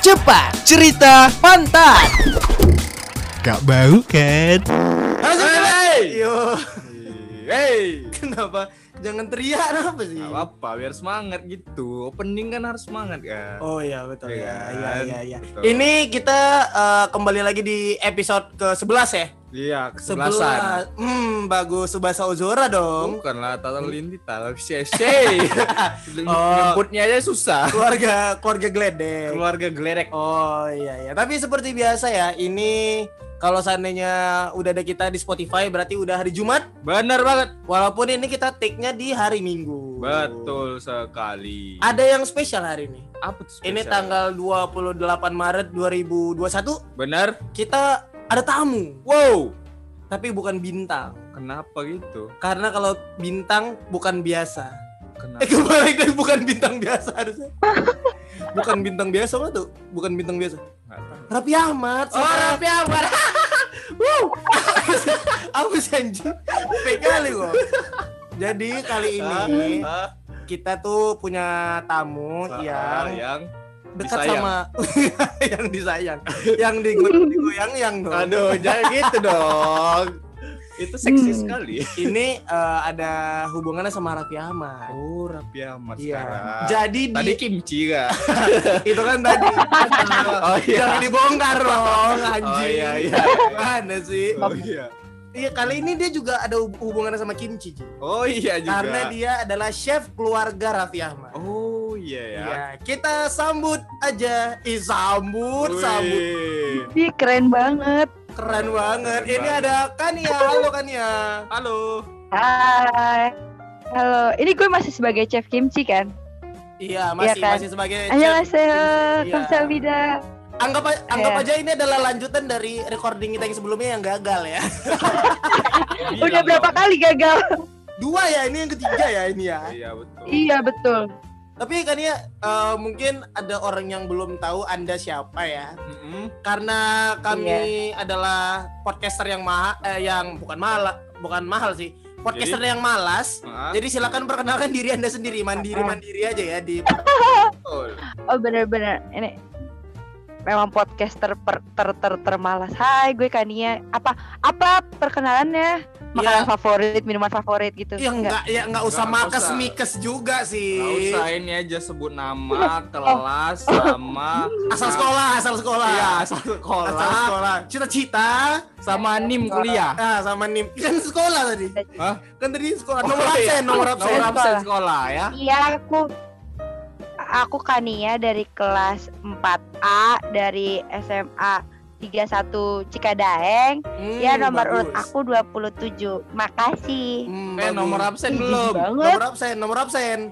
cepat, cerita pantat. Gak bau kan? Hey! Yo, Hey! kenapa? Jangan teriak, kenapa sih? Gak apa-apa, biar semangat gitu. Opening kan harus semangat kan. Oh iya betul Iya ya. kan? Iya. Betul. Ini kita kembali lagi di episode ke-11 ya. Iya, kesebelasan. Bagus Subasa Ozora dong. Bukanlah Tata Lintita, Shay. Nyebutnya aja susah. Keluarga Gledek. Keluarga Glerek. Oh iya. Tapi seperti biasa ya, ini kalau seandainya udah ada kita di Spotify berarti udah hari Jumat. Bener banget. Walaupun ini kita take-nya di hari Minggu. Betul sekali. Ada yang spesial hari ini. Apa tuh spesial? Ini tanggal 28 Maret 2021. Bener? Kita ada tamu, Wow. tapi bukan bintang. Kenapa gitu? Karena kalau bintang bukan biasa. Kenapa? Kembali dari bukan bintang biasa harusnya. Bukan bintang biasa apa tuh? Bukan bintang biasa. Nggak tahu. Raffi Ahmad. Oh, Raffi Ahmad. Aku anjing. Fake kali kok. Jadi kali ini kita tuh punya tamu yang dekat disayang. sama yang disayang, yang digoyang dong. Aduh, jangan gitu dong. Itu seksi sekali. Ini ada hubungannya sama Raffi Ahmad. Oh, Raffi Ahmad Iya. sekarang. Jadi Tadi kimchi kah? itu kan tadi. Oh, iya. Jangan dibongkar dong, anjing. Oh, iya. Mana sih? Oh iya. Iya, kali ini dia juga ada hubungannya sama kimchi. Ji. Oh iya juga. Karena dia adalah chef keluarga Raffi Ahmad. Oh iya ya. Iya, kita sambut aja. Sambut. Wih. Ih, keren banget. Keren banget. Keren Ini banget. ada Kania. Halo Kania. Halo. Hai. Halo, ini gue masih sebagai chef kimchi kan? Iya, Iya kan? masih sebagai Annyeonghaseyo, Iya. kamsahamnida. Anggap Iya. aja ini adalah lanjutan dari recording kita yang sebelumnya yang gagal ya. Udah berapa kali gagal? 2 ya, ini yang ketiga ya ini ya. Iya betul. Iya, betul. Tapi Kania mungkin ada orang yang belum tahu Anda siapa ya. Mm-mm. Karena kami adalah podcaster yang bukan mahal sih. Podcaster yang malas. Jadi silakan perkenalkan diri Anda sendiri, mandiri aja ya di. Betul. Oh, bener-bener. Ini memang podcaster termalas. Hai, gue Kania. Apa perkenalannya? Makanan favorit, minuman favorit gitu. Ya enggak usah Nggak makes usah. mikes juga sih. Nggak usah, ini aja sebut nama, kelas, sama Asal sekolah. Iya, asal sekolah. Cita-cita Sama NIM kuliah. sama NIM. Kan sekolah tadi. Hah? Kan tadi sekolah. Oh, Nomor iya. absen. Nomor absen sekolah ya. Iya, aku Kania dari kelas 4A dari SMA 31 Cikadaeng. Ya, nomor urut aku 27. Makasih. Nomor absen Ih, belum? banget. Nomor absen.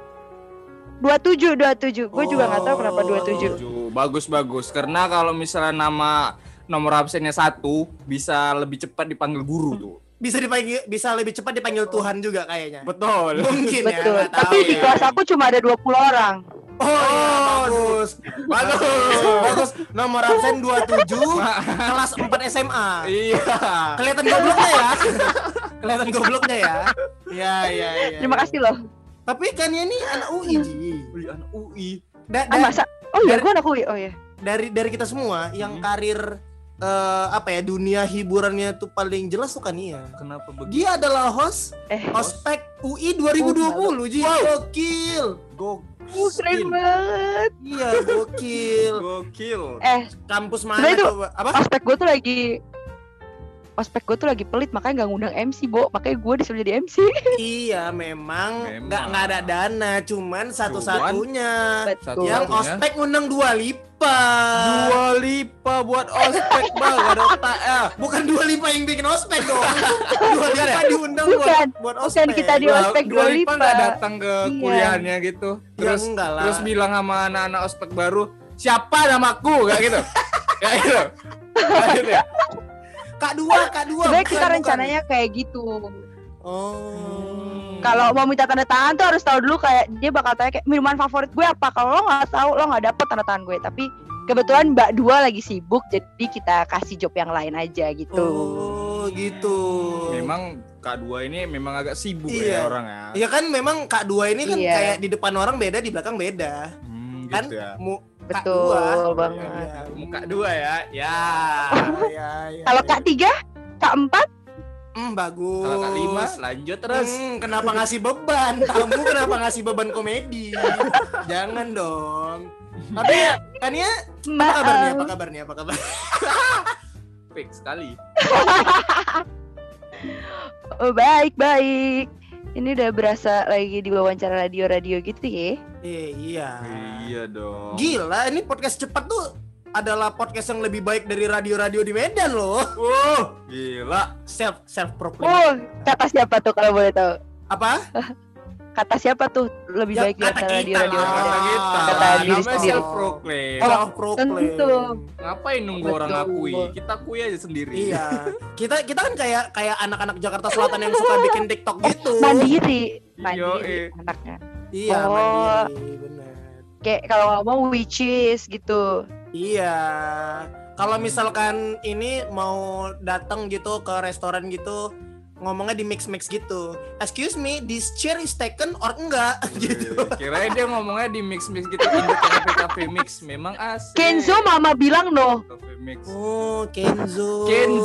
27. Gue juga nggak tahu kenapa 27. Bagus. Karena kalau misalnya nomor absennya 1 bisa lebih cepat dipanggil guru tuh. Bisa lebih cepat dipanggil Tuhan juga kayaknya. Betul. Mungkin Betul. ya. Nggak tahu Tapi di ya. kelas aku cuma ada 20 orang. Bagus. Nomor absen 27, kelas 4 SMA. Iya. Kelihatan gobloknya ya. Iya. Terima kasih loh. Tapi kan ini anak UI, Ji. Anak UI. Masa? Oh iya, gue anak UI. Oh iya. Dari kita semua yang karir dunia hiburannya tuh paling jelas tuh kan ya. Kenapa begitu? Dia adalah host ospek UI 2020, Ji. Gokil. Keren banget. Iya, gokil. Kampus mana sebenarnya tuh? Apa? Ospek gue tuh lagi pelit, makanya nggak ngundang MC, Bo. Makanya gue disuruh jadi MC. Iya, memang nggak ada dana, cuman satu-satunya Betul. yang ospek ngundang Dua Lipa. Dua Lipa buat ospek bang, ada otak ya. Bukan Dua Lipa yang bikin ospek dong. Dua Lipa diundang Bukan. buat Bukan ospek. kita di ospek Dua Dua Lipa Lipa. nggak datang ke Iya. kuliahnya gitu. Ya, enggak lah. Terus bilang sama anak-anak ospek baru, siapa namaku? Kayak gitu. Kayak gitu. Kayak gitu ya. Kak Dua. Sebenarnya kita bukan. rencananya kayak gitu. Oh. Kalau mau minta tanda tangan tuh harus tahu dulu, kayak dia bakal tanya kayak minuman favorit gue apa. Kalau lo nggak tahu, lo nggak dapet tanda tangan gue. Tapi kebetulan Mbak Dua lagi sibuk, jadi kita kasih job yang lain aja gitu. Oh, gitu. Memang K2 ini memang agak sibuk ya Iya. orang ya. Iya kan memang Kak Dua ini kan Iya. kayak di depan orang beda, di belakang beda. Gitu Kan ya. Betul banget. Ya, Muka 2 ya. Ya. ya. Kalau Kak 3, Kak 4, Bagus. Kalau Kak 5 lanjut terus. Kenapa ngasih beban? Kamu kenapa ngasih beban komedi? Jangan dong. Tapi ya, Kania, apa kabarnya? Fix sekali. Oh, baik. Ini udah berasa lagi di wawancara radio gitu ya. Iya. Iya dong. Gila, ini podcast cepat tuh adalah podcast yang lebih baik dari radio-radio di Medan loh. Gila. Self proclaim. Oh, kata siapa tuh kalau boleh tahu? Apa? Kata siapa tuh lebih Ya, baik di kata antara kita radio-radio? lah. Kata kita. Kata diri Namanya sendiri. self proclaim. Self proclaim. tentu. Ngapain nunggu orang Betul. akui? Kita akui aja sendiri. Iya. Kita kan kayak anak-anak Jakarta Selatan yang suka bikin TikTok gitu. Mandiri Yoi. anaknya. Iya, Oh. mandiri, benar. Kayak kalau ngomong which is gitu. Iya. Kalau misalkan ini mau datang gitu ke restoran gitu, ngomongnya di mix gitu. Excuse me, this chair is taken or enggak? Gitu. Kirain dia ngomongnya di mix gitu Indo cafe mix. Memang asik. Kenzo mama bilang no. Cafe mix. Oh, Kenzo.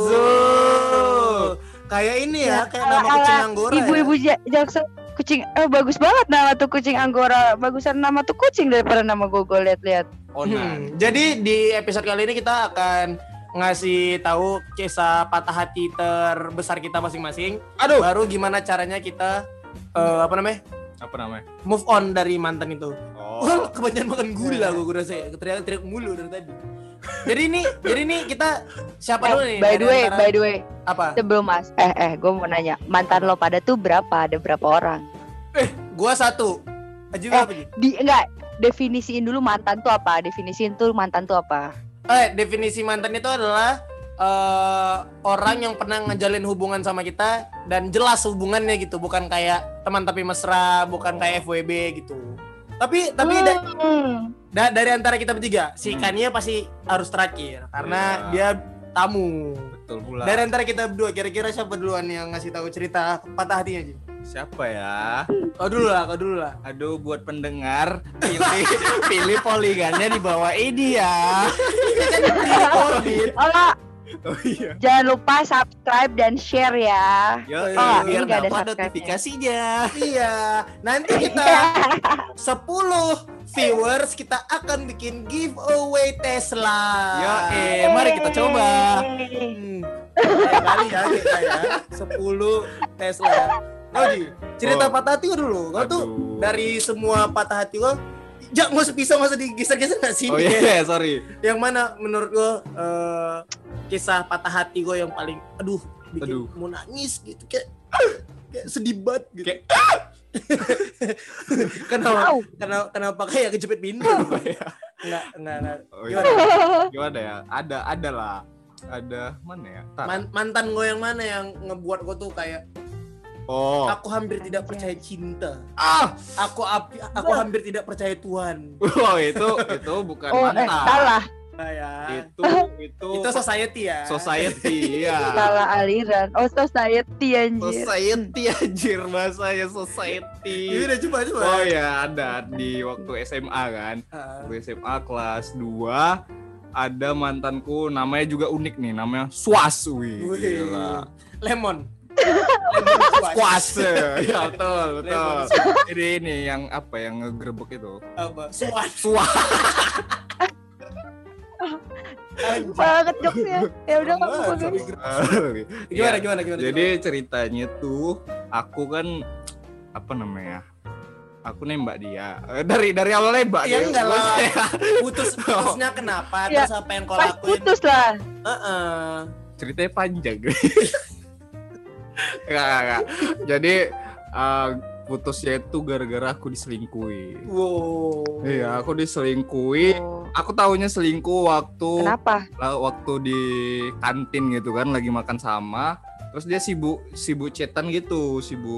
Kayak ini ya, kayak nama kucing Anggora. Ibu-ibu Jaksel kucing bagus banget nama tuh kucing Anggora. Bagusan nama tuh kucing daripada nama gue lihat-lihat. Onan. Jadi di episode kali ini kita akan ngasih tahu kisah patah hati terbesar kita masing-masing. Aduh. Baru gimana caranya kita Apa namanya? move on dari mantan itu. Oh. Wah, kebanyakan makan gula gue rasa ya. Teriak-teriak mulu dari tadi. Jadi ini kita siapa dulu nih? By dari the way, apa? sebelum Mas, gue mau nanya, mantan lo pada tuh berapa? Ada berapa orang? Gua 1. Aji apa Ji? Enggak, definisiin dulu mantan tuh apa? Definisiin tuh mantan tuh apa? Definisi mantan itu adalah orang yang pernah ngejalin hubungan sama kita dan jelas hubungannya gitu, bukan kayak teman tapi mesra, bukan kayak FWB gitu. Tapi dari antara kita bertiga, si Kania pasti harus terakhir karena dia tamu. Betul pula. Dari antara kita berdua, kira-kira siapa duluan yang ngasih tahu cerita patah hatinya Ji? Siapa ya? Kau dulu lah. Aduh, buat pendengar, pilih poligannya di bawah ini ya. Oh iya. Jangan lupa subscribe dan share ya. Yo, Oh, biar ini nggak ada dapat subscribe-nya. notifikasinya. Iya, nanti kita 10 viewers kita akan bikin giveaway Tesla. Yo, mari kita coba. Kali ya kita ya 10 Tesla. Ji, cerita patah hati gua dulu. Kau tuh Aduh. dari semua patah hati gua, nggak usah digeser-geser nggak sih? Oh iya, sorry. Yang mana menurut gua kisah patah hati gua yang paling bikin mau nangis gitu kayak sedih banget gitu. Kayak Kenapa kayak kejepit pintu? Enggak. Oh, iya. Gimana ya? Ada lah. Ada mana ya? Mantan gue yang mana yang ngebuat gue tuh kayak aku hampir tidak percaya cinta. Aku hampir tidak percaya Tuhan. Oh, itu bukan mantan. Salah. Itu society ya. Society ya. Salah aliran. Oh, society anjir. Society anjir, bahasanya society. Iya, coba. Oh ya, ada di waktu SMA kan. Waktu SMA kelas 2 ada mantanku, namanya juga unik nih, namanya Swas. Gila. Lemon Swas. Ya, betul. Ini yang apa yang ngegerebek itu? Apa? Swas. Banget jokesnya. Ya udah nggak apa-apa. Gimana? Jadi ceritanya tuh aku kan aku nembak dia. Dari awal nembak Ya dia. enggak lah. Putusnya kenapa? Ya, Terus apa yang kau Pas lakuin? putus lah. Ceritanya panjang. Enggak. Jadi putusnya itu gara-gara aku diselingkuhi. Wow. Iya, aku diselingkuhi. Oh. Aku taunya selingkuh Kenapa? waktu di kantin gitu kan, lagi makan sama. Terus dia sibuk chatan gitu,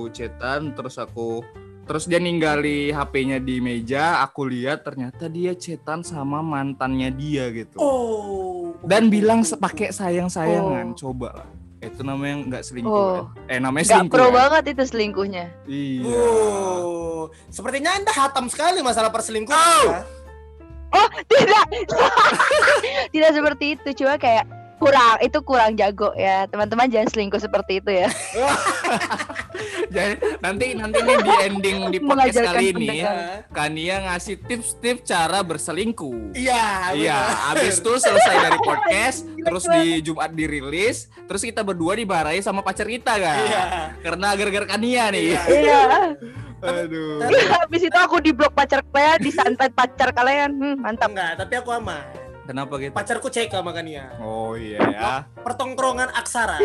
terus dia ninggali HP-nya di meja. Aku lihat ternyata dia chatan sama mantannya dia gitu. Dan bilang pakai sayang-sayangan. Coba lah. Itu namanya nggak selingkuh. Namanya Gak selingkuh. pro kan? banget itu selingkuhnya. Iya. Sepertinya Anda hatam sekali masalah perselingkuhan. Oh, Tidak. Tidak seperti itu, cuma kayak kurang jago ya. Teman-teman jangan selingkuh seperti itu ya. Jadi nanti nih di ending di podcast Mengajarkan kali ini pendengar. Kania ngasih tips-tips cara berselingkuh. Iya. Iya, abis itu selesai dari podcast, terus di Jumat dirilis, terus kita berdua dimarahi sama pacar kita kan? Iya. Karena gara-gara Kania nih. Iya. Aduh. Habis itu aku diblok pacar kalian, disantet pacar kalian. Mantap. Enggak, tapi aku aman. Kenapa gitu? Pacarku CK makanya. Oh iya ya. Pertongkrongan aksara.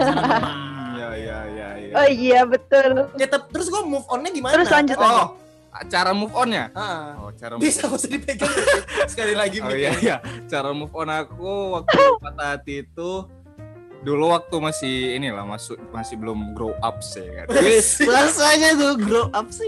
Iya. Oh iya betul. Ya, terus gue move on-nya gimana? Terus lanjut. Oh, cara move on-nya? Ah. Oh, cara move Bisa gak usah dipegang sekali lagi. Oh iya. Cara move on aku waktu patah hati itu dulu waktu masih masih belum grow up sih kan. Rasanya tuh grow up sih.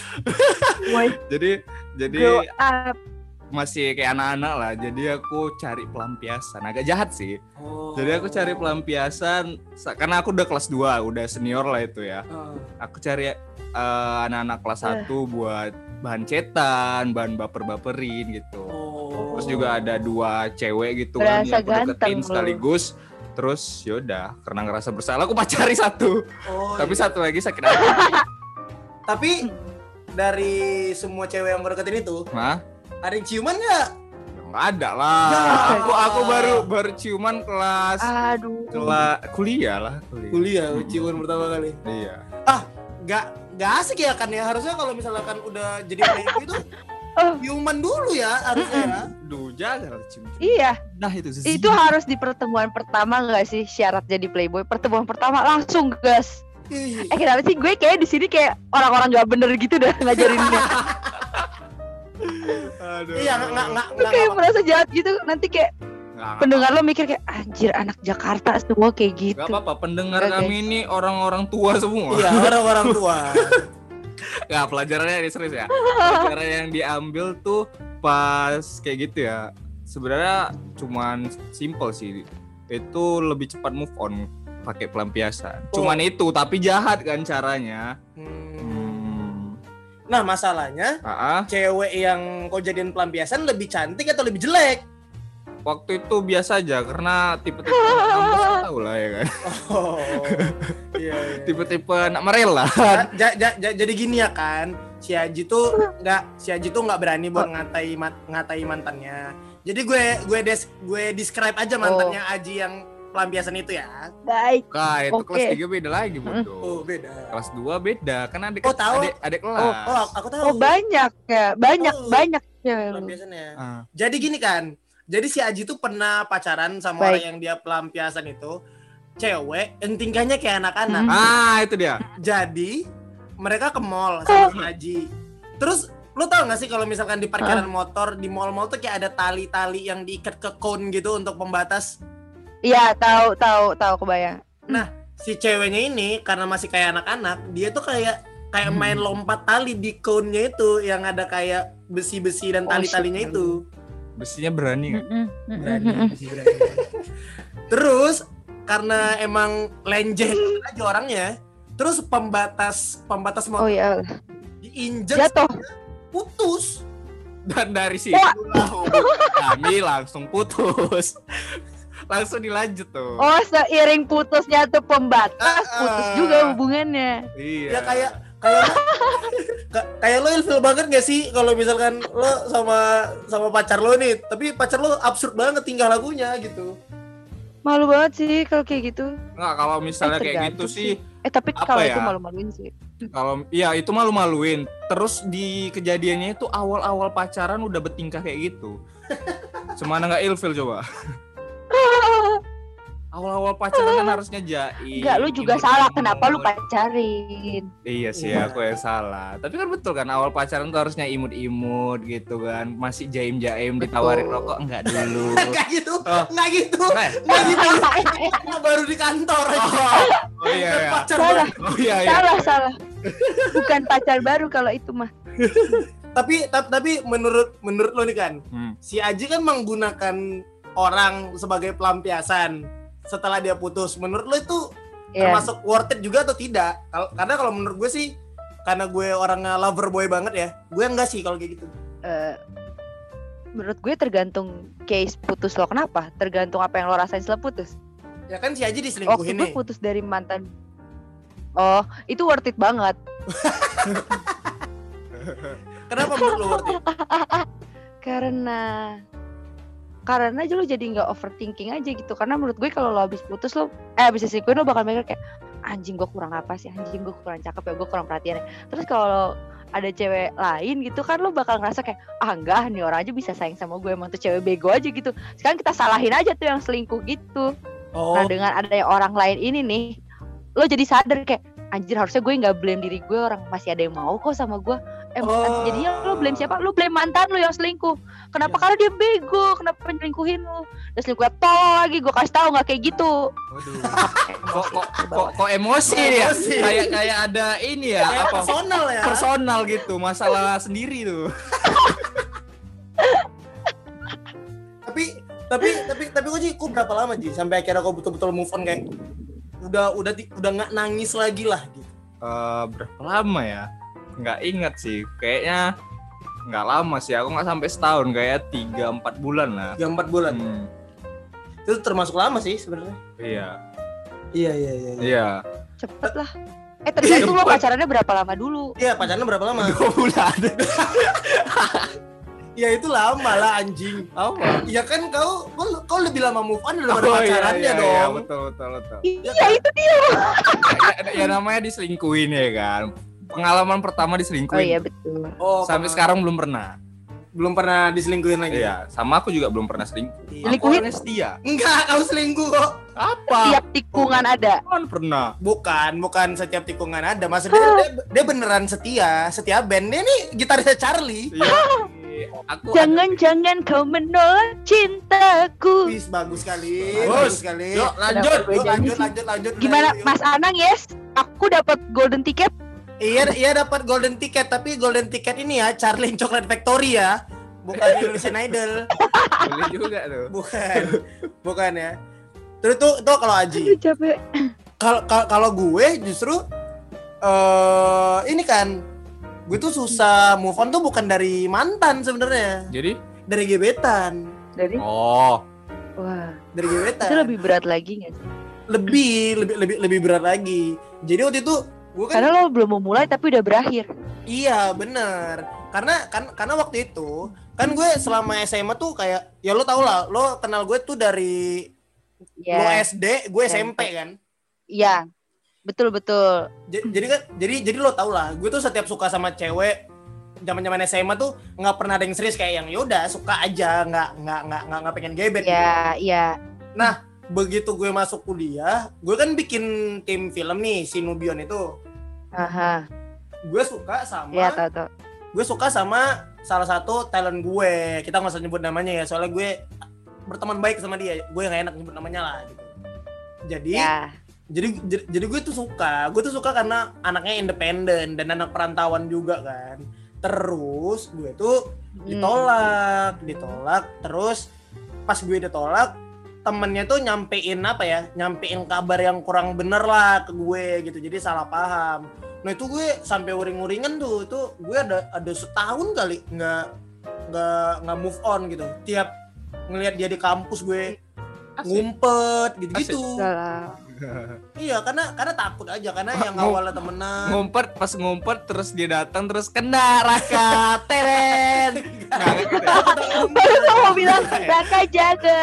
Jadi Grow up. masih kayak anak-anak lah. Jadi aku cari pelampiasan. Agak jahat sih. Oh. Jadi aku cari pelampiasan karena aku udah kelas 2, udah senior lah itu ya. Aku cari anak-anak kelas 1 buat bahan cetan, bahan baper-baperin gitu. Oh. Terus juga ada 2 cewek gitu Berasa kan yang aku deketin ganteng sekaligus. Terus yaudah, karena ngerasa bersalah aku pacari 1. Oh, Tapi iya. 1 lagi sakit hati. Tapi dari semua cewek yang gue deketin itu, Hah? ada yang ciuman nggak? Nggak ada lah. Aku baru ciuman kelas Aduh. kuliah lah. Kuliah, ciuman pertama kali. Iya. Nggak asik ya kan ya, harusnya kalau misalkan udah jadi playboy itu ciuman dulu ya harusnya ya. Duh, jangan cium. Iya. Nah itu Itu harus di pertemuan pertama nggak sih syarat jadi playboy? Pertemuan pertama langsung gas. Kenapa sih gue kayak di sini kayak orang-orang nggak bener gitu dah ngajarinnya. Aduh. Iya, Lu kayak merasa jahat gitu, nanti kayak Nggak pendengar lo mikir kayak anjir anak Jakarta semua kayak gitu. Gak apa-apa, pendengar Enggak, kami ini orang-orang tua semua. Iya, orang-orang tua. Gak, pelajarannya ini serius ya. Pelajaran yang diambil tuh pas kayak gitu ya. Sebenarnya cuman simple sih. Itu lebih cepat move on pakai pelampiasan. Cuman itu, tapi jahat kan caranya. Nah, masalahnya cewek yang kau jadiin pelampiasan lebih cantik atau lebih jelek? Waktu itu biasa aja karena tipe-tipe kamu tahu lah ya kan. Oh. Iya. Tipe-tipe anak Marel lah. Jadi gini ya kan, si Aji tuh nggak berani buat ngatai mantannya. Jadi gue describe aja mantannya Aji yang pelampiasan itu ya. Baik. Nah, itu kelas 3 beda lagi bodoh. Oh, beda. Kelas 2 beda, kan adik kelas. Oh, aku tahu. Oh banyak ya, banyak ya. Pelampiasannya. Jadi gini kan, jadi si Aji tuh pernah pacaran sama orang yang dia pelampiasan itu, cewek yang tingkahnya kayak anak-anak. Itu dia. Jadi mereka ke mall sama si Aji. Terus lu tau gak sih kalau misalkan di parkiran motor di mall-mall tuh kayak ada tali-tali yang diikat ke cone gitu untuk pembatas. Iya, tahu kebayang. Nah, si ceweknya ini karena masih kayak anak-anak, dia tuh kayak main lompat tali di cone-nya itu yang ada kayak besi-besi dan tali-talinya itu. Besinya berani nggak? Berani. Terus karena emang lenjeh aja orangnya, terus pembatas motor diinjek, jatuh, putus. Dan dari situ kami langsung putus. Langsung dilanjut tuh. Oh, seiring putusnya tuh pembatas, putus juga hubungannya. Iya. Ya kayak lo ilfil banget gak sih kalau misalkan lo sama pacar lo nih, tapi pacar lo absurd banget tingkah lakunya gitu. Malu banget sih kalau kayak gitu. Nggak, kalau misalnya kayak gitu sih. Tapi kalau ya? itu malu-maluin sih. Kalau iya itu malu-maluin. Terus di kejadiannya itu awal-awal pacaran udah bertingkah kayak gitu. Semana nggak ilfil coba. Awal-awal pacaran kan harusnya jaim. Enggak, lu juga salah. Kenapa lu pacarin? Iya sih, aku yang salah. Tapi kan betul kan, awal pacaran tuh harusnya imut-imut gitu kan. Masih jaim-jaim, ditawarin rokok. Enggak dulu. Enggak gitu. Enggak gitu. Baru di kantor aja. Oh iya. Pacar Salah. Oh iya. Salah. Bukan pacar baru kalau itu mah. Tapi menurut lo nih kan, si Aji kan menggunakan orang sebagai pelampiasan setelah dia putus. Menurut lo itu termasuk worth it juga atau tidak? Karena kalau menurut gue sih, karena gue orangnya lover boy banget ya, gue enggak sih kalau kayak gitu. menurut gue tergantung case putus lo kenapa, tergantung apa yang lo rasain setelah putus. Ya kan si Aji Waktu diselingkuhin gue nih. putus dari mantan, oh itu worth it banget. Kenapa menurut lo worth it? Karena aja lo jadi nggak overthinking aja gitu. Karena menurut gue kalau lo habis putus lo habis diselingkuhin lo bakal mikir kayak anjing gue kurang apa sih, anjing gue kurang cakep ya, gue kurang perhatian ya. Terus kalau ada cewek lain gitu kan lo bakal ngerasa kayak enggak nih orang aja bisa sayang sama gue, emang tuh cewek bego aja gitu. Sekarang kita salahin aja tuh yang selingkuh gitu. Nah dengan adanya orang lain ini nih lo jadi sadar kayak anjir harusnya gue nggak blame diri gue, orang masih ada yang mau kok sama gue. Jadinya lo blame siapa? Lo blame mantan lo yang selingkuh. Kenapa? Karena dia bego. Kenapa nyelingkuhin lo? Dan selingkuhnya tolong lagi. Gue kasih tahu nggak kayak gitu. Waduh. Kok emosi ya? Kayak ada ini ya? Kayak apa? personal ya. Personal gitu, masalah sendiri tuh. Tapi kok berapa lama Ji sampai akhirnya kau betul-betul move on kayak udah nggak nangis lagi lah gitu. Berapa lama ya? Nggak ingat sih, kayaknya nggak lama sih, aku nggak sampai setahun, kayak 3-4 bulan lah. 3-4 bulan. Itu termasuk lama sih sebenarnya. Iya. Cepet lah. Tergantung lo pacarannya berapa lama dulu. Iya, pacarannya berapa lama? 2 bulan. Ya itu lama lah anjing. Apa? Ya kan kau lebih lama move on daripada pacarannya dong. Iya, betul. Iya itu dia. Ya namanya diselingkuhin ya kan. Pengalaman pertama diselingkuhin. Oh iya betul. Sampai sekarang belum pernah. Belum pernah diselingkuhin lagi. Iya, sama aku juga belum pernah selingkuh. Selingkuhin? Aku setia. Enggak, kau selingkuh kok. Apa? Tiap tikungan ada. Kan pernah. Bukan setiap tikungan ada. Maksudnya dia beneran setia band. Dia nih gitarisnya Charlie. Iya. Jangan kau menolak cintaku. Wis bagus sekali. Bagus. Yuk, lanjut. Gimana Lanjut. Mas Anang? Yes, aku dapat golden ticket. Iya dapat golden ticket, tapi golden ticket ini ya Charlie Chocolate Factory ya. Bukan Indonesian Idol. Boleh juga tuh. Bukan ya. Terus tuh kalau Aji. Aduh capek. Kalau gue justru ini kan gue tuh susah move on tuh bukan dari mantan sebenarnya. Jadi? Dari gebetan. Dari? Oh. Wah. Dari gebetan. Itu lebih berat lagi nggak sih? Lebih berat lagi. Jadi waktu itu gue kan. Karena lo belum memulai tapi udah berakhir. Iya bener. Karena waktu itu kan gue selama SMA tuh kayak ya lo tau lah, lo kenal gue tuh dari lo SD, gue SMP kan. Iya. Betul. Jadi lo tau lah, gue tuh setiap suka sama cewek zaman SMA tuh nggak pernah ada yang serius, kayak yang yaudah suka aja, nggak pengen gebet. Iya. Nah begitu gue masuk kuliah, gue kan bikin tim film nih, si Nubion itu. Aha. Gue suka sama. Iya tahu. Gue suka sama salah satu talent gue. Kita nggak usah nyebut namanya ya, soalnya gue berteman baik sama dia. Gue nggak enak nyebut namanya lah. Gitu. Jadi gue tuh suka karena anaknya independen dan anak perantauan juga kan. Terus gue tuh ditolak. Terus pas gue ditolak, temennya tuh nyampein kabar yang kurang bener lah ke gue gitu. Jadi salah paham. Nah itu gue sampai uring-uringan tuh. Itu gue ada setahun kali nggak move on gitu. Tiap ngelihat dia di kampus gue ngumpet gitu-gitu. Iya, karena takut aja, karena yang awalnya temenan. Ngumpet terus dia datang terus kena Raka teren. Baru mau bilang Raka jaga.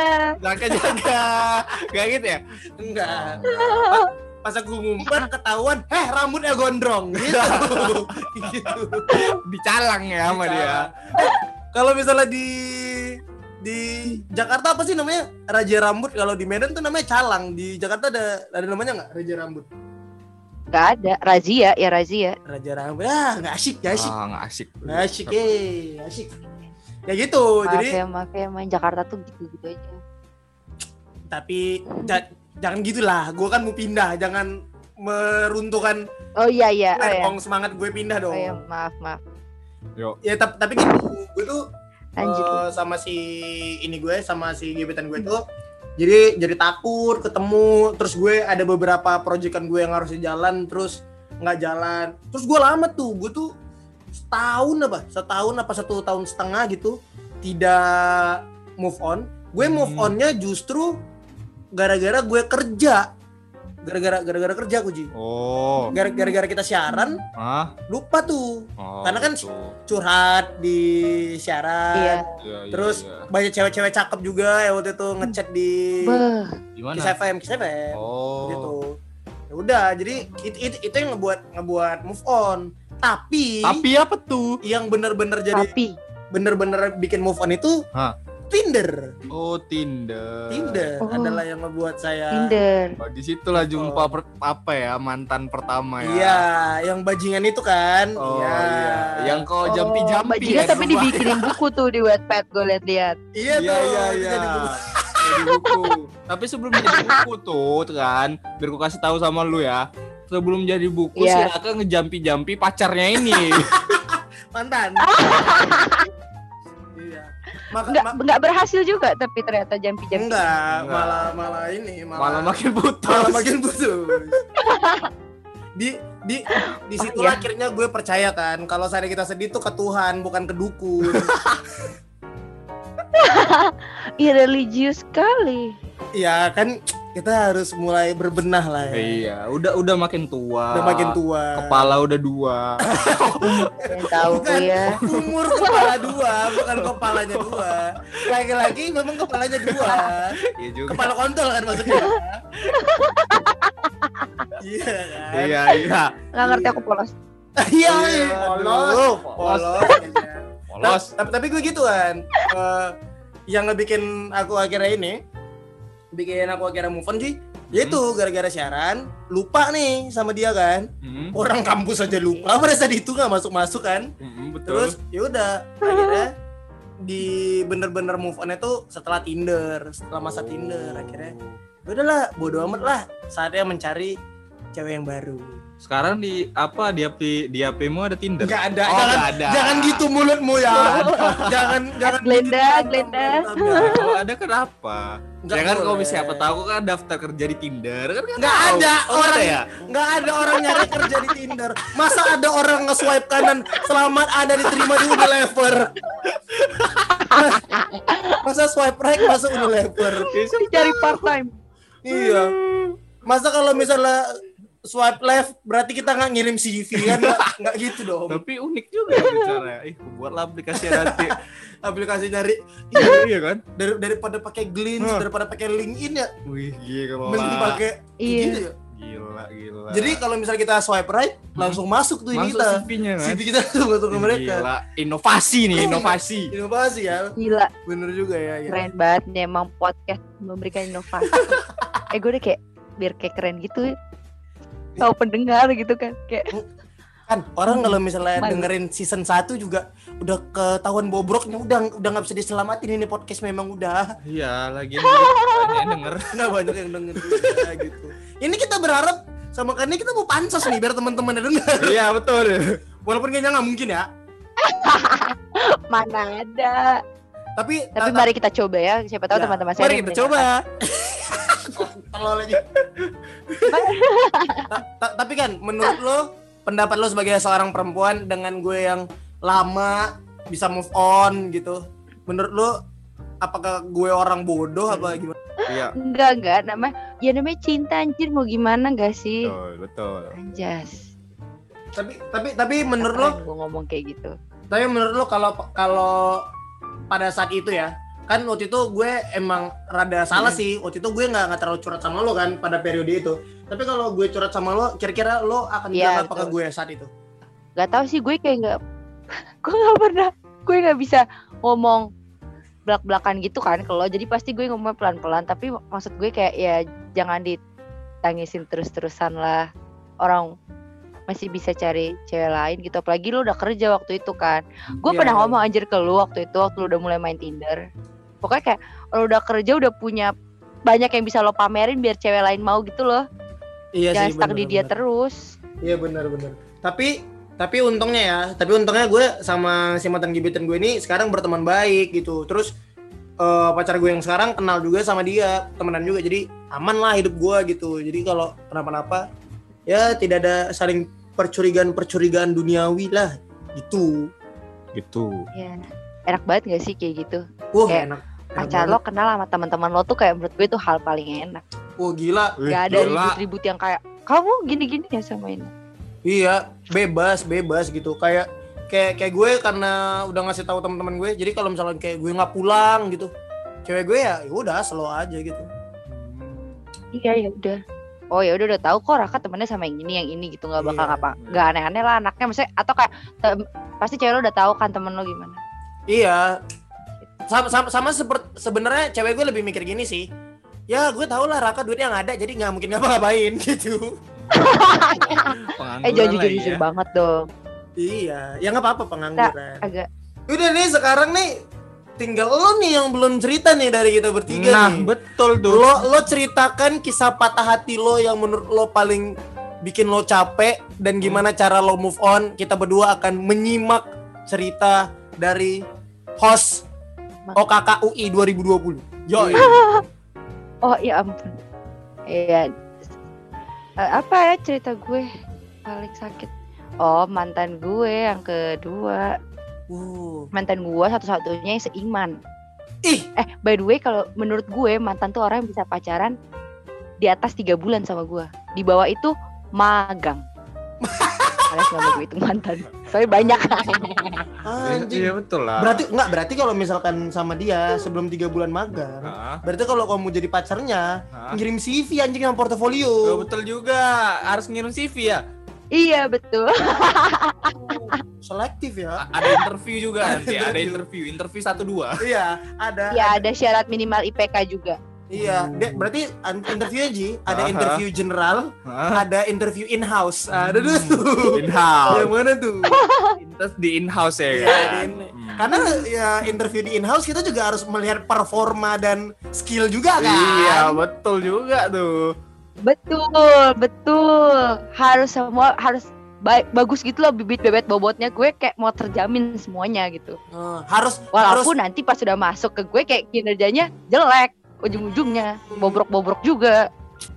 Gak gitu ya? Enggak. Pas aku ngumpet ketahuan, rambutnya gondrong gitu. Dicalang ya sama dia. Kalau misalnya di Jakarta apa sih namanya? Raja rambut. Kalau di Medan tuh namanya calang. Di Jakarta ada namanya nggak Raja rambut? Nggak ada. Razia. Raja rambut. Nggak asik. Nggak asik. Asik. Ya gitu. Maaf ya, main Jakarta tuh gitu aja. Tapi jangan gitulah. Gue kan mau pindah. Jangan meruntuhkan. Oh iya. Semangat gue pindah dong. Oh iya, maaf. Yo. Ya tapi gitu. Gue tuh sama si gebetan gue tuh jadi takut ketemu. Terus gue ada beberapa proyekan gue yang harusnya jalan terus nggak jalan. Terus gue lama tuh, gue tuh setahun apa 1 tahun setengah gitu tidak move on. Gue move onnya justru gara-gara gue kerja. Gara-gara kerja aku, Ji. Oh. Gara-gara kita siaran, lupa tuh. Karena kan curhat di siaran. Iya. Terus banyak cewek-cewek cakep juga ya waktu itu ngechat di Kiss FM. Oh. Gitu. Ya udah, jadi itu yang ngebuat move on. Tapi apa tuh? Yang bener-bener bikin move on itu Tinder. Oh, Tinder. Adalah yang ngebuat saya Tinder. Di situlah jumpa mantan pertama ya. Iya, yang bajingan itu kan. Oh iya. Yang kau jampi-jampi. Bajingan tapi dibikinin buku tuh di Wattpad, gue liat-liat. Iya tuh. Jadi buku. Tapi sebelum jadi buku tuh kan, biar gue kasih tahu sama lu ya. Sebelum jadi buku si Raka ngejampi-jampi pacarnya ini. Mantan. Iya. Nggak berhasil juga tapi ternyata jampi-jampi. Enggak. Malah makin putus. Di situ akhirnya gue percaya kan kalau saat kita sedih tuh ke Tuhan bukan ke dukun. Religius sekali. Iya kan, kita harus mulai berbenah lah ya. Iya, udah makin tua. Kepala udah 2. Yang tahu bukan, ya. Umur kepala 2, bukan kepalanya 2. Lagi-lagi memang kepalanya 2. Iya juga. Kepala kontol kan maksudnya. Iya kan. Iya. Nggak ngerti aku polos. Iya, polos. Tapi gue gitu kan. Yang ngebikin aku akhirnya move on sih, yaitu gara-gara siaran lupa nih sama dia kan. Orang kampus aja lupa, pada saat itu nggak masuk kan. Betul. Terus yaudah akhirnya di bener-bener move on itu setelah masa Tinder akhirnya udahlah bodo amat lah, saatnya mencari cewek yang baru. Sekarang di HP-mu ada Tinder? Nggak ada. Jangan ada. gitu mulutmu ya. jangan Glenda. Kalau ada kenapa? Nggak Jangan boleh. kalau siapa tahu kan daftar kerja di Tinder kan Nggak ada orang ya. Nggak ada orang nyari kerja di Tinder. Masa ada orang nge-swipe kanan selamat ada diterima di Unilever. Masa swipe right masuk Unilever. Cari part time. Iya. Masa kalau misalnya swipe left berarti kita nggak ngirim CV kan? Nggak gitu dong. Tapi unik juga bicara. Buatlah aplikasi nanti. Aplikasi nyari Iya kan? daripada pakai Glints, daripada pakai LinkedIn ya. Wih, gila. Mending pakai gitu ya. Gila. Jadi kalau misalnya kita swipe right langsung masuk tuh ini masuk kita. CV-nya kan? CV kita tuh masuk ke mereka. Gila, inovasi Ya. Gila. Bener juga ya. Keren banget nih emang podcast memberikan inovasi. Gue udah kayak biar kayak keren gitu. Tahu pendengar gitu kan kayak Kan orang kalau misalnya dengerin season 1 juga udah ketahuan bobroknya, udah nggak bisa diselamatin ini podcast memang udah. Iya, lagi banyak yang denger. Nggak banyak yang denger juga gitu. Ini kita berharap sama karena kita mau pansos nih biar teman-teman denger. Iya, betul. Walaupun kayaknya nggak mungkin ya. mana ada. Tapi Mari kita coba ya. Siapa tahu teman-teman saya. Mari kita coba. Tolol aja. Tapi kan menurut lo, pendapat lo sebagai seorang perempuan dengan gue yang lama bisa move on gitu, menurut lo apakah gue orang bodoh apa gimana? Iya. Enggak namanya cinta anjir, mau gimana gak sih? Betul. Anjas. Tapi menurut lo gue ngomong kayak gitu. Tapi menurut lo kalau pada saat itu ya, kan waktu itu gue emang rada salah sih. Waktu itu gue nggak terlalu curhat sama lo kan pada periode itu. Tapi kalau gue curhat sama lo, kira-kira lo akan bilang apa ke gue saat itu? Gak tahu sih, gue kayak nggak, gue nggak bisa ngomong belak-belakan gitu kan kalau, jadi pasti gue ngomong pelan-pelan. Tapi maksud gue kayak ya jangan ditangisin terus-terusan lah, orang masih bisa cari cewek lain gitu. Apalagi lu udah kerja waktu itu kan. Gue pernah ngomong anjir ke lu waktu lu udah mulai main Tinder. Pokoknya kayak lu udah kerja, udah punya banyak yang bisa lo pamerin biar cewek lain mau gitu loh. Iya, jangan sih, stuck di dia terus. Iya benar. Tapi untungnya gue sama si mantan gebetan gue ini sekarang berteman baik gitu. Terus pacar gue yang sekarang kenal juga sama dia, temenan juga. Jadi aman lah hidup gue gitu. Jadi kalau kenapa-napa ya tidak ada saling percurigaan duniawi lah gitu. Gitu. Ya. enak banget gak sih kayak gitu? Kayak enak pacar lo kenal sama teman-teman lo tuh kayak menurut gue itu hal paling enak. Gila. Gak ada ribut-ribut yang kayak kamu gini-gini ya sama ini. Iya, bebas gitu. Kayak gue karena udah ngasih tahu teman-teman gue. Jadi kalau misalnya kayak gue nggak pulang gitu, cewek gue ya udah slow aja gitu. Iya ya udah. Oh ya udah tahu kok Raka temennya sama yang ini gitu, nggak bakal nggak aneh-aneh lah anaknya, maksudnya atau kayak pasti cewek lo udah tahu kan temen lo gimana. Iya, sama seperti sebenarnya cewek gue lebih mikir gini sih, ya gue tau lah Raka duitnya nggak ada jadi nggak mungkin ngapa-ngapain gitu. Jangan jujur banget dong. Iya, ya nggak apa-apa pengangguran. Agak. Udah nih sekarang nih tinggal lo nih yang belum cerita nih dari kita bertiga. Nah, nih. betul tuh. Lo ceritakan kisah patah hati lo yang menurut lo paling bikin lo capek dan gimana cara lo move on. Kita berdua akan menyimak cerita dari host OKKUI 2020. Yo. Oh ya ampun. Iya. Apa ya cerita gue paling sakit? Oh, mantan gue yang kedua. Mantan gue satu-satunya yang seiman. By the way kalau menurut gue mantan tuh orang yang bisa pacaran di atas 3 bulan sama gue. Di bawah itu magang. Alias gak mau itu mantan. Soalnya banyak. Iya betul lah. Berarti kalau misalkan sama dia sebelum 3 bulan magang, berarti kalau kamu jadi pacarnya ngirim CV anjing sama portofolio. Betul juga, harus ngirim CV ya. Iya betul. Selektif ya. Ada interview juga nanti, ada interview 1-2. Iya, ada. Iya, ada syarat minimal IPK juga. Iya, berarti interviewnya Ji, ada interview general, ada interview in-house. Ada tuh. In-house. Yang mana tuh? Di in-house ya. Iya, karena ya interview di in-house kita juga harus melihat performa dan skill juga kan. Iya, betul juga tuh. Betul. Harus bagus gitu loh bibit bebet bobotnya, gue kayak mau terjamin semuanya gitu. Walaupun nanti pas sudah masuk ke gue kayak kinerjanya jelek, ujung-ujungnya bobrok-bobrok juga.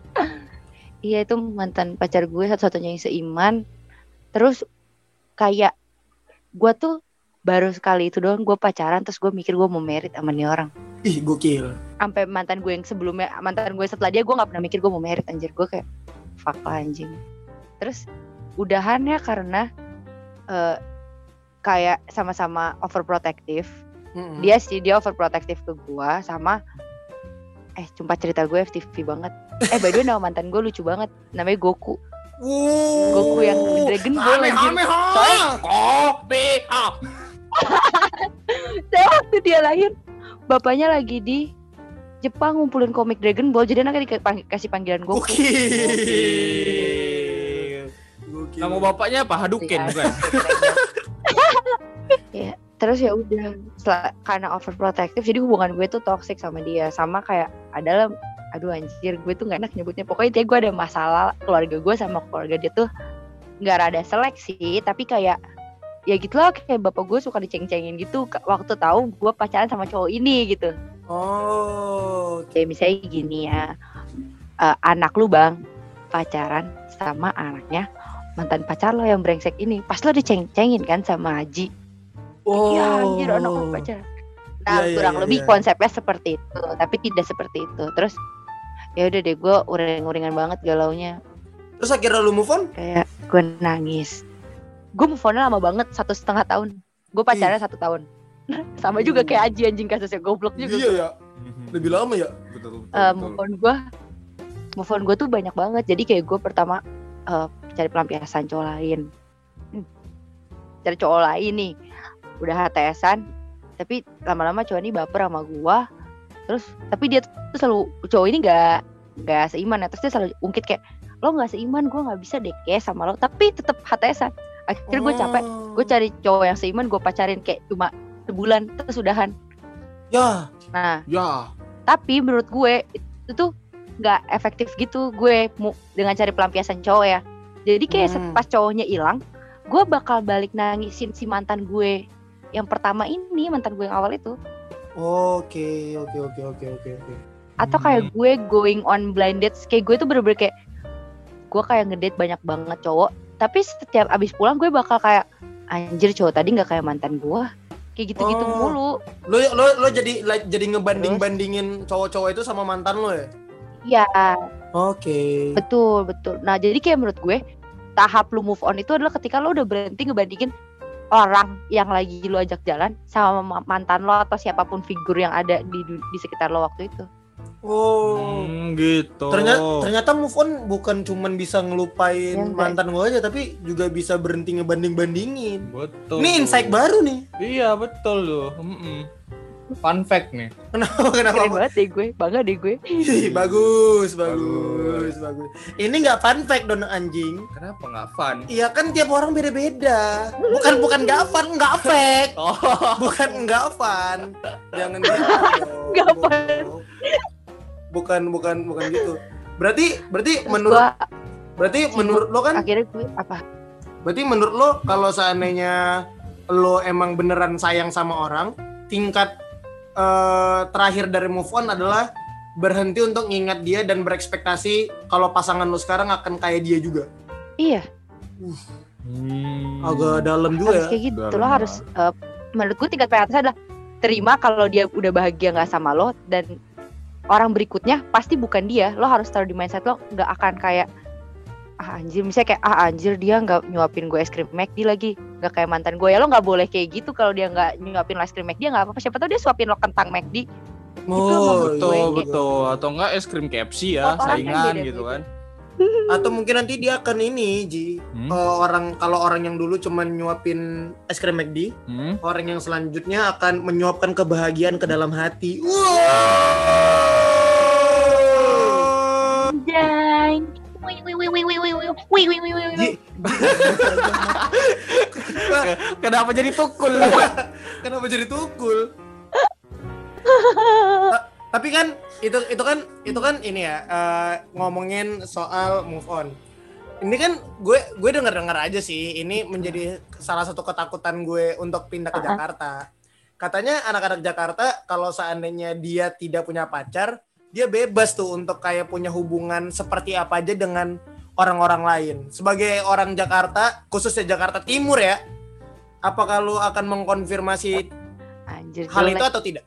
Iya itu mantan pacar gue satu-satunya yang seiman. Terus kayak gue tuh baru sekali itu doang gue pacaran terus gue mikir gue mau merit sama nih orang. Ih gokil. Sampai mantan gue yang sebelumnya, mantan gue setelah dia gue nggak pernah mikir gue mau merit anjir, gue kayak fuck lah anjing. Terus udahannya karena kayak sama-sama overprotective. Dia overprotective ke gue sama sumpah cerita gue FTV banget. By the way nama mantan gue lucu banget, namanya Goku. Goku yang Dragon Ball anjir. Soalnya waktu dia lahir bapaknya lagi di Jepang ngumpulin komik Dragon Ball, jadi anaknya dikasih panggilan Goku. Nama bapaknya apa? Hadouken bukan? Ya, terus ya udah karena overprotective jadi hubungan gue tuh toxic sama dia, sama kayak adalah aduh anjir gue tuh gak enak nyebutnya, pokoknya gue ada masalah keluarga gue sama keluarga dia tuh gak rada seleksi, tapi kayak ya gitu loh, kayak bapak gue suka diceng-cengin gitu waktu tahu gue pacaran sama cowok ini gitu. Kayak misalnya gini ya, anak lu bang pacaran sama anaknya mantan pacar lo yang brengsek ini, pas lo diceng-cengin kan sama Haji. Iya anjir anak lu pacaran. Nah kurang lebih konsepnya seperti itu, tapi tidak seperti itu. Terus ya udah deh gue uring-uringan banget galaunya. Terus akhirnya lu move on? Kayak gue nangis. Gue move on lama banget, 1,5 tahun. Gue pacarnya 1 tahun. Sama juga kayak Aji anjing kasusnya, goblok juga. Iya ya, lebih lama ya. Betul. Move on gue tuh banyak banget. Jadi kayak gue pertama cari pelampiasan cowok lain. Cari cowok lain nih. Udah HTS-an, tapi lama-lama cowok ini baper sama gue. Terus tapi dia tuh selalu, cowok ini gak seiman ya. Terus dia selalu ungkit kayak, lo gak seiman, gue gak bisa deh kayak sama lo. Tapi tetep HTS-an. Akhirnya gue capek, gue cari cowok yang seiman, gue pacarin kayak cuma sebulan terus udahan. Ya. Nah. Ya. Tapi menurut gue itu tuh gak efektif gitu gue dengan cari pelampiasan cowok ya. Jadi kayak pas cowoknya hilang, gue bakal balik nangisin si mantan gue yang pertama ini, mantan gue yang awal itu. Oke. Atau kayak gue going on blind dates, kayak gue tuh bener-bener kayak gue kayak ngedate banyak banget cowok, tapi setiap abis pulang gue bakal kayak anjir cowok tadi nggak kayak mantan gue, kayak gitu-gitu mulu. Lo jadi ngebanding-bandingin cowok-cowok itu sama mantan lo ya? Iya. Oke. Betul. Nah, jadi kayak menurut gue tahap lu move on itu adalah ketika lo udah berhenti ngebandingin orang yang lagi lo ajak jalan sama mantan lo atau siapapun figur yang ada di sekitar lo waktu itu. Oh, gitu. Ternyata move on bukan cuman bisa ngelupain mantan gue aja, tapi juga bisa berhenti ngebanding-bandingin. Betul. Ini insight baru nih. Iya, betul loh. Fun fact nih. Kenapa? Keren banget deh gue, bangga deh gue. Bagus. Ini nggak fun fact don anjing. Kenapa nggak fun? Iya kan tiap orang beda-beda. Bukan nggak fun, nggak fact. Bukan nggak fun. Jangan gitu. Nggak fun. Bukan gitu. Berarti menurut lo kan? Akhirnya gue apa? Berarti menurut lo kalau seandainya lo emang beneran sayang sama orang, tingkat terakhir dari move on adalah berhenti untuk ngingat dia dan berekspektasi kalau pasangan lo sekarang akan kayak dia juga. Iya. Agak dalam juga harus ya. Kayak gitu. Lo harus menurut gue tingkat prioritas adalah terima kalau dia udah bahagia nggak sama lo, dan orang berikutnya pasti bukan dia. Lo harus taruh di mindset lo, nggak akan kayak anjir, misalnya kayak anjir dia nggak nyuapin gue es krim McD lagi, nggak kayak mantan gue. Ya lo nggak boleh kayak gitu. Kalau dia nggak nyuapin es krim McD ya nggak apa-apa, siapa tahu dia suapin lo kentang McD. Betul. Atau enggak es krim KFC ya, saingan gitu kan. Atau mungkin nanti dia akan ini kalau orang yang dulu cuman nyuapin es krim McD, orang yang selanjutnya akan menyuapkan kebahagiaan ke dalam hati. Kenapa jadi tukul? Kenapa jadi tukul? Tapi kan itu kan ini ya, ngomongin soal move on. Ini kan gue dengar aja sih, ini menjadi salah satu ketakutan gue untuk pindah ke Jakarta. Katanya anak-anak Jakarta kalau seandainya dia tidak punya pacar, dia bebas tuh untuk kayak punya hubungan seperti apa aja dengan orang-orang lain. Sebagai orang Jakarta, khususnya Jakarta Timur ya, apakah lu akan mengkonfirmasi hal itu atau tidak?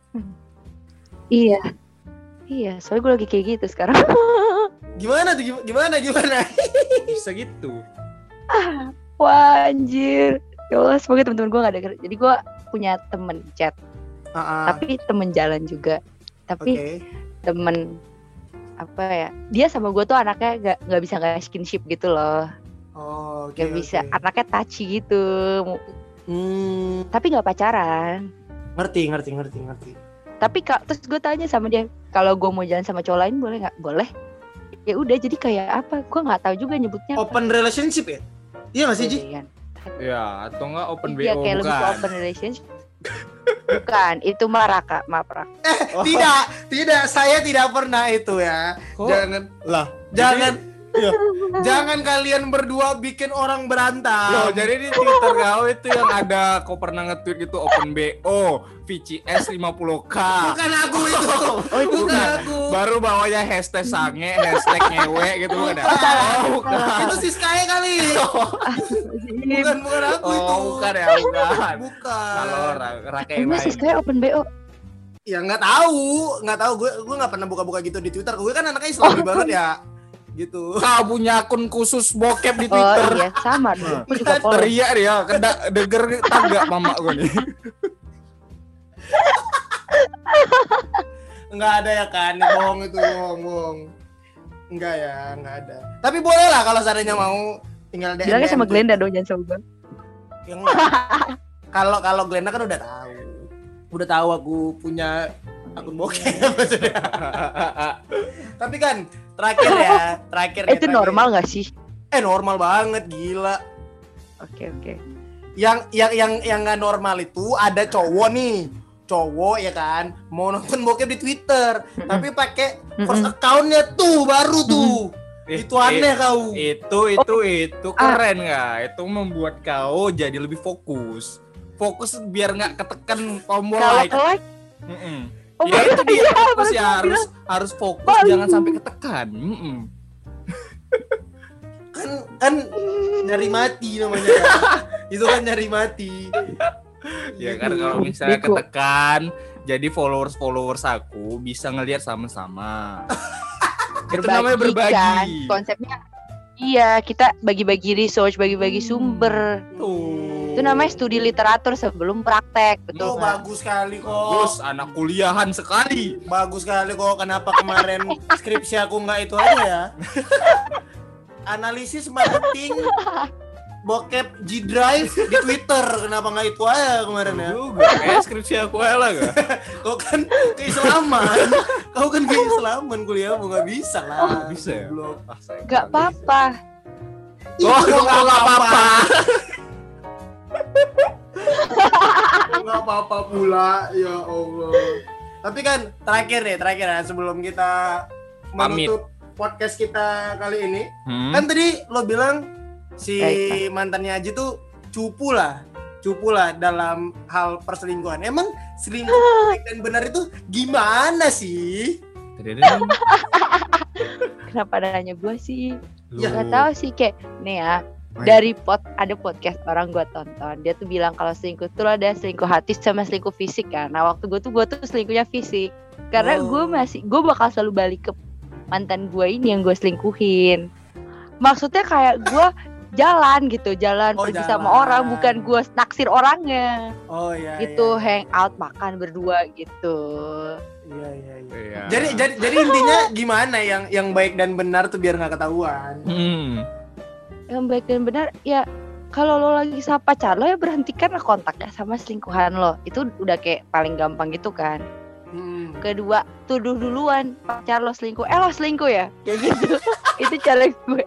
Iya, soalnya gue lagi kayak gitu sekarang. Gimana tuh? Gimana? Bisa gitu. Wah anjir. Ya Allah, semoga teman-teman gue gak denger. Jadi gue punya temen chat, tapi temen jalan juga. Tapi temen apa ya? Dia sama gue tuh anaknya gak bisa gak skinship gitu loh. Gak bisa. Anaknya touchy gitu. Tapi gak pacaran. Ngerti. Tapi terus gue tanya sama dia, kalau gue mau jalan sama cowok lain boleh nggak? Boleh. Ya udah, jadi kayak apa? Gue nggak tahu juga nyebutnya. Open relationship ya? Iya nggak sih Ji? Ya, atau nggak open BO? Iya, kayak lebih open relationship. Bukan, itu mah Raka, maaf Raka. Tidak, saya tidak pernah itu ya. Kok? Jangan kalian berdua bikin orang berantem. Loh, jadi di Twitter kau itu yang ada, kau pernah nge-tweet gitu open BO VCS 50k. Bukan aku itu. Bukan aku. Baru bawanya hashtag sange, hashtag ngewe gitu bukan ada. Bukan. Itu si Sky kali. Bukan aku itu. Bukan. Bukan. Kalau Raka yang Emang lain. sih kayak open BO. Ya nggak tahu. Gue nggak pernah buka-buka gitu di Twitter. Gue kan anaknya Islami banget ya. Gitu. Kau punya akun khusus bokep di Twitter. Oh iya, sama dong. Aku juga follow. Teriak dia, denger tangga mama gue nih. Enggak ada ya kan, bohong itu, bohong. Enggak ya, enggak ada. Tapi boleh lah kalau seandainya mau tinggal DM. Bilangnya sama Glenda dong, jangan sama gue. Ya enggak. Kalau Glenda kan udah tahu. Udah tahu aku punya akun bokep maksudnya. Tapi kan terakhir Itu normal nggak sih? Normal banget, gila. Oke. Yang nggak normal itu ada cowok ya kan, mau nonton bokep di Twitter tapi pakai first account-nya tuh baru tuh. Itu aneh kau. Itu keren nggak? Itu membuat kau jadi lebih fokus biar nggak ketekan tombol like. Ya itu dia fokus ya, harus fokus, jangan sampai ketekan. Kan nyari mati namanya. Itu kan nyari mati. Ya kan kalau misalnya ketekan, jadi followers aku bisa ngelihat sama-sama. Itu namanya berbagi. Kan? Konsepnya iya, kita bagi-bagi research, bagi-bagi sumber. Tuh. Itu namanya studi literatur sebelum praktek, betul nggak? Bagus sekali kok. Bagus, anak kuliahan sekali. Bagus sekali kok. Kenapa kemarin skripsi aku nggak itu aja ya? Analisis marketing bokep G Drive di Twitter, kenapa nggak itu aja kemarin ya? Juga, skripsi aku lah gak? Kau kan keislaman, kuliahmu nggak bisa lah. Bisa ya? Gak apa-apa. Oh, nggak apa-apa. Nggak apa-apa pula, ya Allah. Tapi kan terakhir ya sebelum kita menutup podcast kita kali ini, kan tadi lo bilang si mantannya Aji tuh cupu lah dalam hal perselingkuhan. Emang selingkuh dan benar itu gimana sih? Kenapa nanya gue sih? Ya gak tahu sih, kayak nih ya. Dari ada podcast orang gue tonton, dia tuh bilang kalau selingkuh tuh ada selingkuh hati sama selingkuh fisik kan. Nah waktu gue tuh selingkuhnya fisik, karena gue bakal selalu balik ke mantan gue ini yang gue selingkuhin. Maksudnya kayak gue jalan pergi sama orang, bukan gue naksir orangnya. Oh iya. Gitu iya. Hang out makan berdua gitu. Iya. Jadi intinya gimana yang baik dan benar tuh biar nggak ketahuan. Yang baik dan benar ya, kalau lo lagi sama pacar lo ya berhentikan kontaknya sama selingkuhan lo. Itu udah kayak paling gampang gitu kan. Kedua, tuduh duluan pacar lo selingkuh. Lo selingkuh ya? Kayak gitu. Itu cara gue.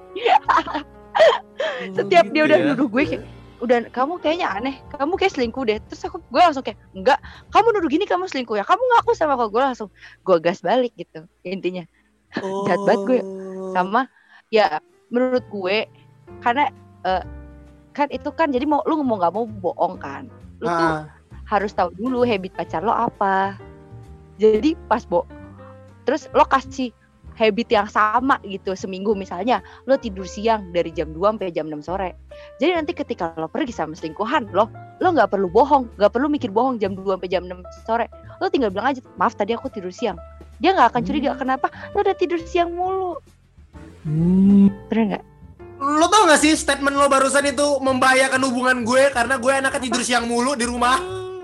Setiap dia udah nuduh gue kayak, udah kamu kayaknya aneh, kamu kayak selingkuh deh. Terus gue langsung kayak, enggak, kamu nuduh gini kamu selingkuh ya, kamu ngaku sama gue langsung gue gas balik gitu intinya. Jahat banget gue sama ya menurut gue, karena kan itu kan jadi lu mau nggak mau bohong kan, lu tuh harus tahu dulu habit pacar lo apa. Jadi pas terus lo kasih habit yang sama gitu seminggu, misalnya lo tidur siang dari jam 2 sampai jam 6 sore. Jadi nanti ketika lo pergi sama selingkuhan lo nggak perlu bohong, nggak perlu mikir bohong jam 2 sampai jam 6 sore. Lo tinggal bilang aja, maaf tadi aku tidur siang. Dia nggak akan curiga, kenapa lo udah tidur siang mulu. Bener nggak? Lo tau nggak sih statement lo barusan itu membahayakan hubungan gue karena gue anaknya tidur siang mulu di rumah.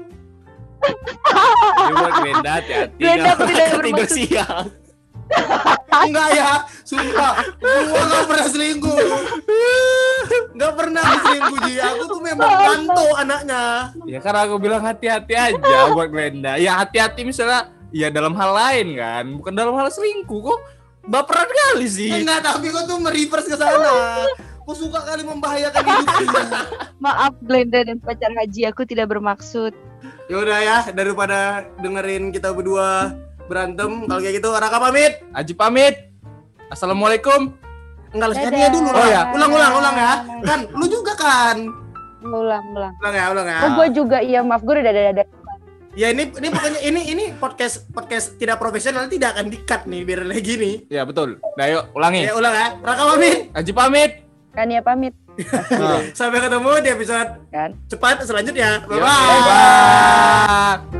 Ini buat Glenda, hati-hati kalau tidur siang. Enggak ya, sumpah, gua gak pernah selingkuh. Gak pernah selingkuh, Ji. Aku tuh memang kanto anaknya. Ya karena aku bilang hati-hati aja buat Glenda. Ya hati-hati misalnya, ya dalam hal lain kan, bukan dalam hal selingkuh. Kok baperan kali sih? Enggak, tapi kok tuh mereverse ke sana. Kok suka kali membahayakan hidupku. Maaf Glenda dan pacar Haji, aku tidak bermaksud. Yaudah ya, daripada dengerin kita berdua berantem, kalau kayak gitu Raka pamit, Aji pamit. Assalamualaikum. Enggak, sekalian dulu. Oh ya, ulang ya. Kan lu juga kan. Ulang ya. Oh, gue juga, iya maaf, gue udah ada. Ya ini pokoknya ini podcast tidak profesional, tidak akan di-cut nih biar lagi gini. Ya betul. Nah yuk ulangi. Ya ulang ya. Raka pamit. Aji pamit. Kan ya pamit. Sampai ketemu di episode cepat selanjutnya. Bye bye.